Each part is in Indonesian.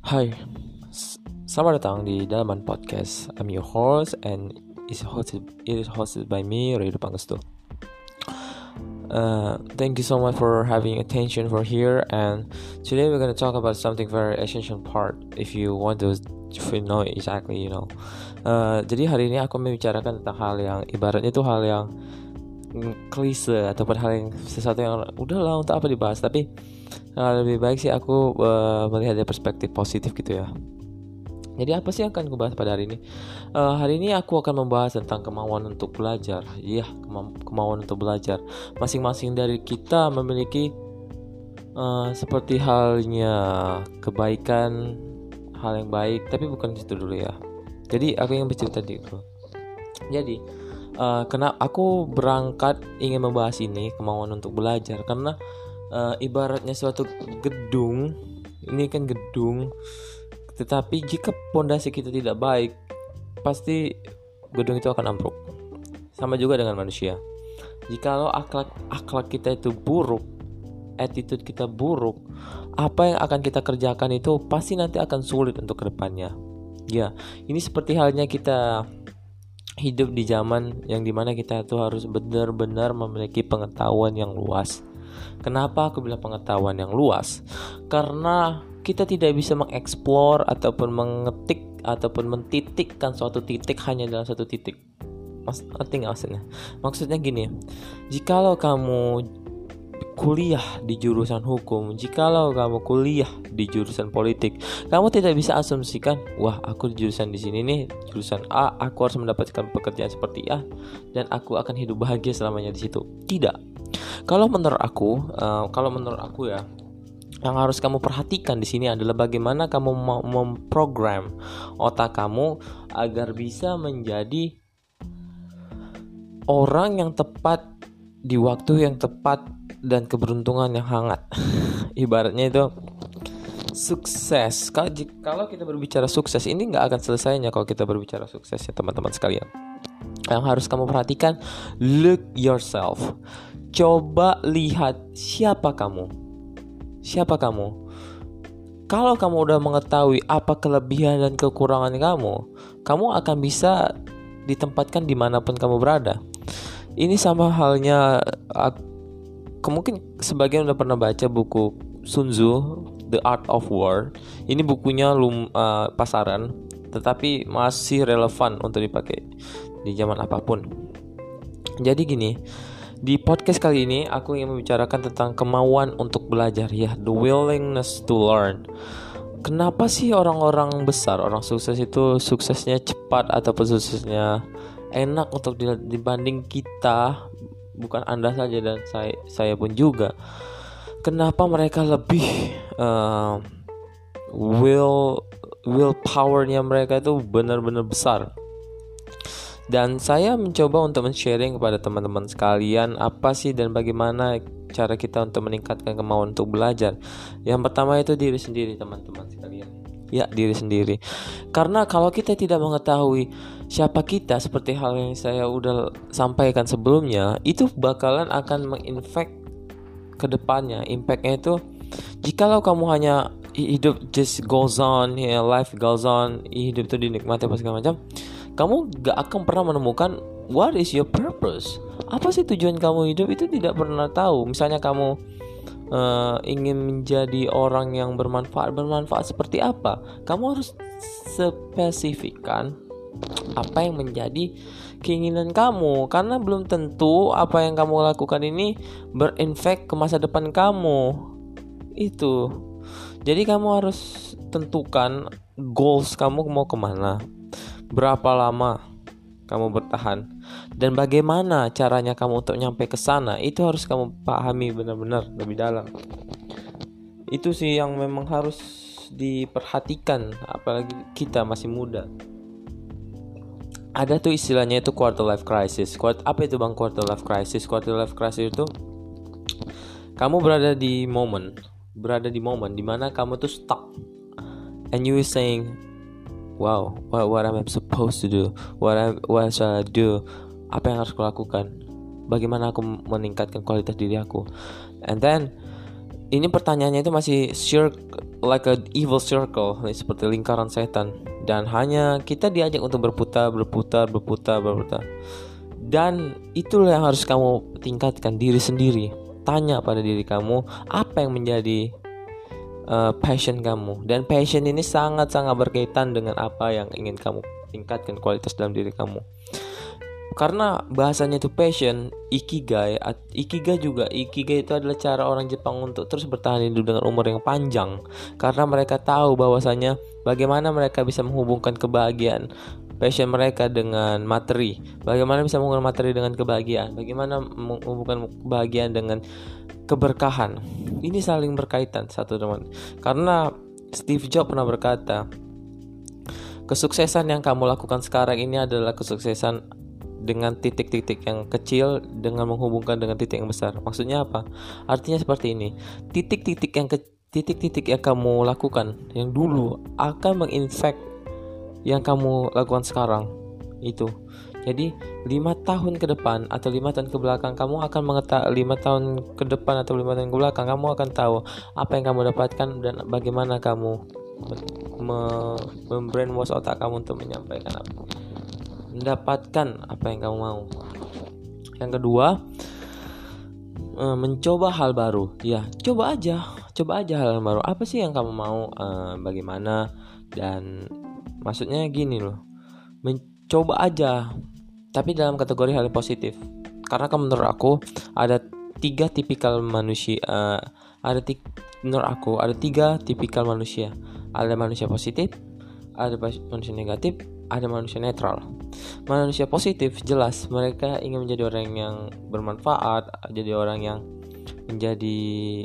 Hai, selamat datang di Dalaman Podcast. I'm your host and it is hosted by me, Redo Pangestu. Thank you so much for having attention for here, and today we're going to talk about something very essential part if you want to know exactly, Jadi hari ini aku membicarakan tentang hal yang ibaratnya itu hal yang klise ataupun hal yang sesuatu yang udahlah untuk apa dibahas, tapi lebih baik sih aku melihat dari perspektif positif gitu ya. Jadi apa sih yang akan aku bahas pada hari ini? Hari ini aku akan membahas tentang kemauan untuk belajar. Iya, kemauan untuk belajar. Masing-masing dari kita memiliki seperti halnya kebaikan, hal yang baik, tapi bukan itu dulu ya. Jadi aku ingin bercerita dulu. Jadi kenapa aku berangkat ingin membahas ini, kemauan untuk belajar, karena ibaratnya suatu gedung, ini kan gedung, tetapi jika pondasi kita tidak baik, pasti gedung itu akan ambruk. Sama juga dengan manusia. Jikalau akhlak kita itu buruk, attitude kita buruk, apa yang akan kita kerjakan itu pasti nanti akan sulit untuk kedepannya. Ya, ini seperti halnya kita hidup di zaman yang dimana kita itu harus benar-benar memiliki pengetahuan yang luas. Kenapa aku bilang pengetahuan yang luas? Karena kita tidak bisa mengeksplor ataupun mengetik ataupun mentitikkan suatu titik hanya dalam satu titik. Ngerti gak maksudnya? Maksudnya gini, jikalau kamu kuliah di jurusan hukum, jikalau kamu kuliah di jurusan politik, kamu tidak bisa asumsikan, wah aku di jurusan di sini nih, jurusan A, aku harus mendapatkan pekerjaan seperti A dan aku akan hidup bahagia selamanya di situ. Tidak. Kalau menurut aku ya, yang harus kamu perhatikan di sini adalah bagaimana kamu memprogram otak kamu agar bisa menjadi orang yang tepat di waktu yang tepat dan keberuntungan yang hangat. Ibaratnya itu sukses. Kalau kita berbicara sukses, ini nggak akan selesainya kalau kita berbicara sukses ya teman-teman sekalian. Yang harus kamu perhatikan, look yourself. Coba lihat siapa kamu. Kalau kamu udah mengetahui apa kelebihan dan kekurangan kamu akan bisa ditempatkan dimanapun kamu berada. Ini sama halnya, mungkin sebagian udah pernah baca buku Sun Tzu, The Art of War. Ini bukunya pasaran, tetapi masih relevan untuk dipakai di zaman apapun. Jadi gini, di podcast kali ini aku ingin membicarakan tentang kemauan untuk belajar, ya, the willingness to learn. Kenapa sih orang-orang besar, orang sukses itu suksesnya cepat ataupun suksesnya enak untuk dibanding kita, bukan Anda saja dan saya pun juga. Kenapa mereka lebih will powernya mereka itu benar-benar besar. Dan saya mencoba untuk men-sharing kepada teman-teman sekalian apa sih dan bagaimana cara kita untuk meningkatkan kemauan untuk belajar. Yang pertama itu diri sendiri, teman-teman sekalian. Ya, diri sendiri. Karena kalau kita tidak mengetahui siapa kita, seperti hal yang saya udah sampaikan sebelumnya, itu bakalan akan menginfect ke depannya. Impactnya itu, jikalau kamu hanya hidup just goes on, ya, life goes on, hidup itu dinikmati apa segala macam, kamu gak akan pernah menemukan what is your purpose. Apa sih tujuan kamu hidup, itu tidak pernah tahu. Misalnya kamu ingin menjadi orang yang bermanfaat seperti apa, kamu harus spesifikkan apa yang menjadi keinginan kamu, karena belum tentu apa yang kamu lakukan ini berinfek ke masa depan kamu. Itu. Jadi kamu harus tentukan goals kamu mau kemana, berapa lama kamu bertahan, dan bagaimana caranya kamu untuk nyampe ke sana. Itu harus kamu pahami benar-benar lebih dalam. Itu sih yang memang harus diperhatikan, apalagi kita masih muda. Ada tuh istilahnya itu quarter life crisis. Apa itu bang quarter life crisis? Quarter life crisis itu kamu berada di momen dimana kamu tuh stuck, and you saying, wow, what am I supposed to do? What shall I do? Apa yang harus aku lakukan? Bagaimana aku meningkatkan kualitas diri aku? And then ini pertanyaannya itu masih like a evil circle, seperti lingkaran setan, dan hanya kita diajak untuk berputar. Dan itulah yang harus kamu tingkatkan diri sendiri. Tanya pada diri kamu, apa yang menjadi passion kamu. Dan passion ini sangat-sangat berkaitan dengan apa yang ingin kamu tingkatkan kualitas dalam diri kamu. Karena bahasanya itu passion, ikigai itu adalah cara orang Jepang untuk terus bertahan hidup dengan umur yang panjang. Karena mereka tahu bahwasanya bagaimana mereka bisa menghubungkan kebahagiaan passion mereka dengan materi. Bagaimana bisa menghubungkan materi dengan kebahagiaan. Bagaimana menghubungkan kebahagiaan dengan keberkahan. Ini saling berkaitan satu teman. Karena Steve Jobs pernah berkata, kesuksesan yang kamu lakukan sekarang ini adalah kesuksesan dengan titik-titik yang kecil dengan menghubungkan dengan titik yang besar. Maksudnya apa? Artinya seperti ini. Titik-titik yang kamu lakukan yang dulu akan menginfect yang kamu lakukan sekarang itu. Jadi 5 tahun ke depan atau 5 tahun ke belakang kamu akan mengetahui 5 tahun ke depan atau 5 tahun ke belakang kamu akan tahu apa yang kamu dapatkan dan bagaimana kamu membrainwash otak kamu untuk mendapatkan apa yang kamu mau. Yang kedua, mencoba hal baru. Ya, coba aja hal baru. Apa sih yang kamu mau? Bagaimana? Dan maksudnya gini loh, mencoba aja, tapi dalam kategori hal yang positif. Karena menurut aku ada 3 tipikal manusia. Menurut aku ada 3 tipikal manusia. Ada manusia positif, ada manusia negatif, ada manusia netral. Manusia positif jelas mereka ingin menjadi orang yang bermanfaat, jadi orang yang menjadi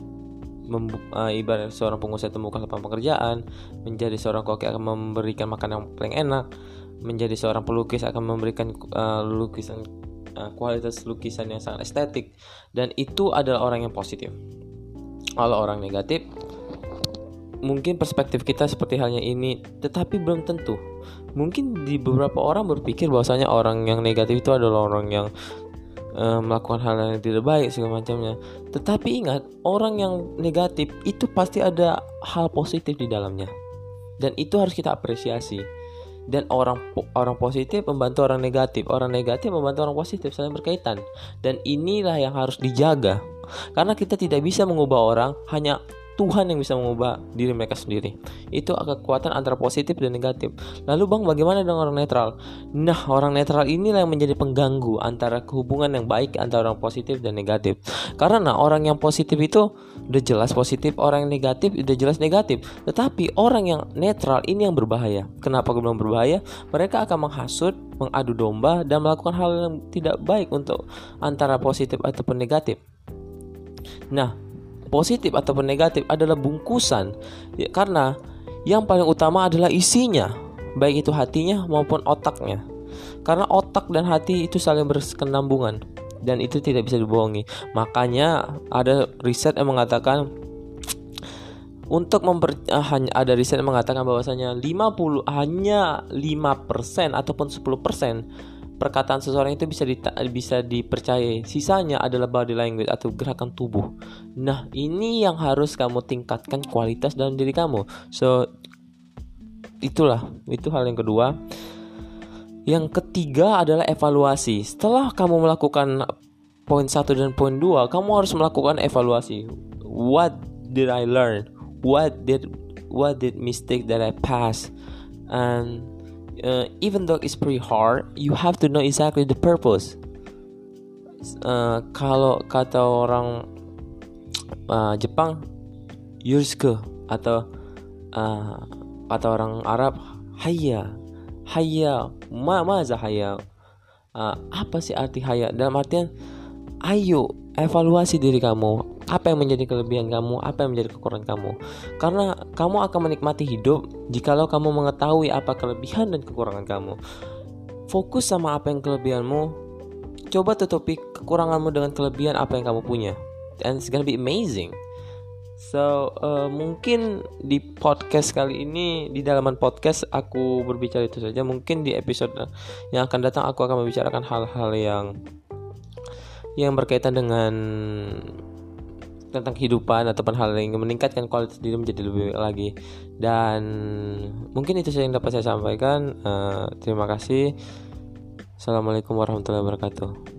ibarat seorang pengusaha membuka lapangan pekerjaan, menjadi seorang koki akan memberikan makanan yang paling enak, menjadi seorang pelukis akan memberikan kualitas lukisan yang sangat estetik, dan itu adalah orang yang positif. Kalau orang negatif, mungkin perspektif kita seperti halnya ini, tetapi belum tentu. Mungkin di beberapa orang berpikir bahwasanya orang yang negatif itu adalah orang yang melakukan hal yang tidak baik segala macamnya. Tetapi ingat, orang yang negatif itu pasti ada hal positif di dalamnya, dan itu harus kita apresiasi. Dan orang positif membantu orang negatif membantu orang positif, saling berkaitan. Dan inilah yang harus dijaga, karena kita tidak bisa mengubah orang, hanya Tuhan yang bisa mengubah diri mereka sendiri. Itu kekuatan antara positif dan negatif. Lalu bang, bagaimana dengan orang netral? Nah, orang netral inilah yang menjadi pengganggu antara hubungan yang baik antara orang positif dan negatif. Karena orang yang positif itu udah jelas positif, orang yang negatif udah jelas negatif. Tetapi orang yang netral ini yang berbahaya. Kenapa gue bilang berbahaya? Mereka akan menghasut, mengadu domba, dan melakukan hal yang tidak baik untuk antara positif ataupun negatif. Nah, positif ataupun negatif adalah bungkusan ya, karena yang paling utama adalah isinya, baik itu hatinya maupun otaknya. Karena otak dan hati itu saling berkesinambungan, dan itu tidak bisa dibohongi. Makanya ada riset yang mengatakan ada riset yang mengatakan bahwasanya hanya 5% ataupun 10% perkataan seseorang itu bisa dipercayai. Sisanya adalah body language atau gerakan tubuh. Nah, ini yang harus kamu tingkatkan kualitas dalam diri kamu. So, itu hal yang kedua. Yang ketiga adalah evaluasi. Setelah kamu melakukan poin 1 dan poin 2, kamu harus melakukan evaluasi. What did I learn? What did mistake that I pass? And even though it's pretty hard, you have to know exactly the purpose. Kalau kata orang Jepang, yurisuke, atau kata orang Arab, hayya, maza hayya. Apa sih arti hayya? Dalam artian, ayo evaluasi diri kamu. Apa yang menjadi kelebihan kamu, apa yang menjadi kekurangan kamu. Karena kamu akan menikmati hidup jikalau kamu mengetahui apa kelebihan dan kekurangan kamu. Fokus sama apa yang kelebihanmu, coba tutupi kekuranganmu dengan kelebihan apa yang kamu punya, and it's gonna be amazing. So mungkin di podcast kali ini, di dalaman podcast aku berbicara itu saja. Mungkin di episode yang akan datang aku akan membicarakan hal-hal yang berkaitan dengan tentang kehidupan ataupun hal yang meningkatkan kualitas diri menjadi lebih baik lagi. Dan mungkin itu saja yang dapat saya sampaikan. Terima kasih. Assalamualaikum warahmatullahi wabarakatuh.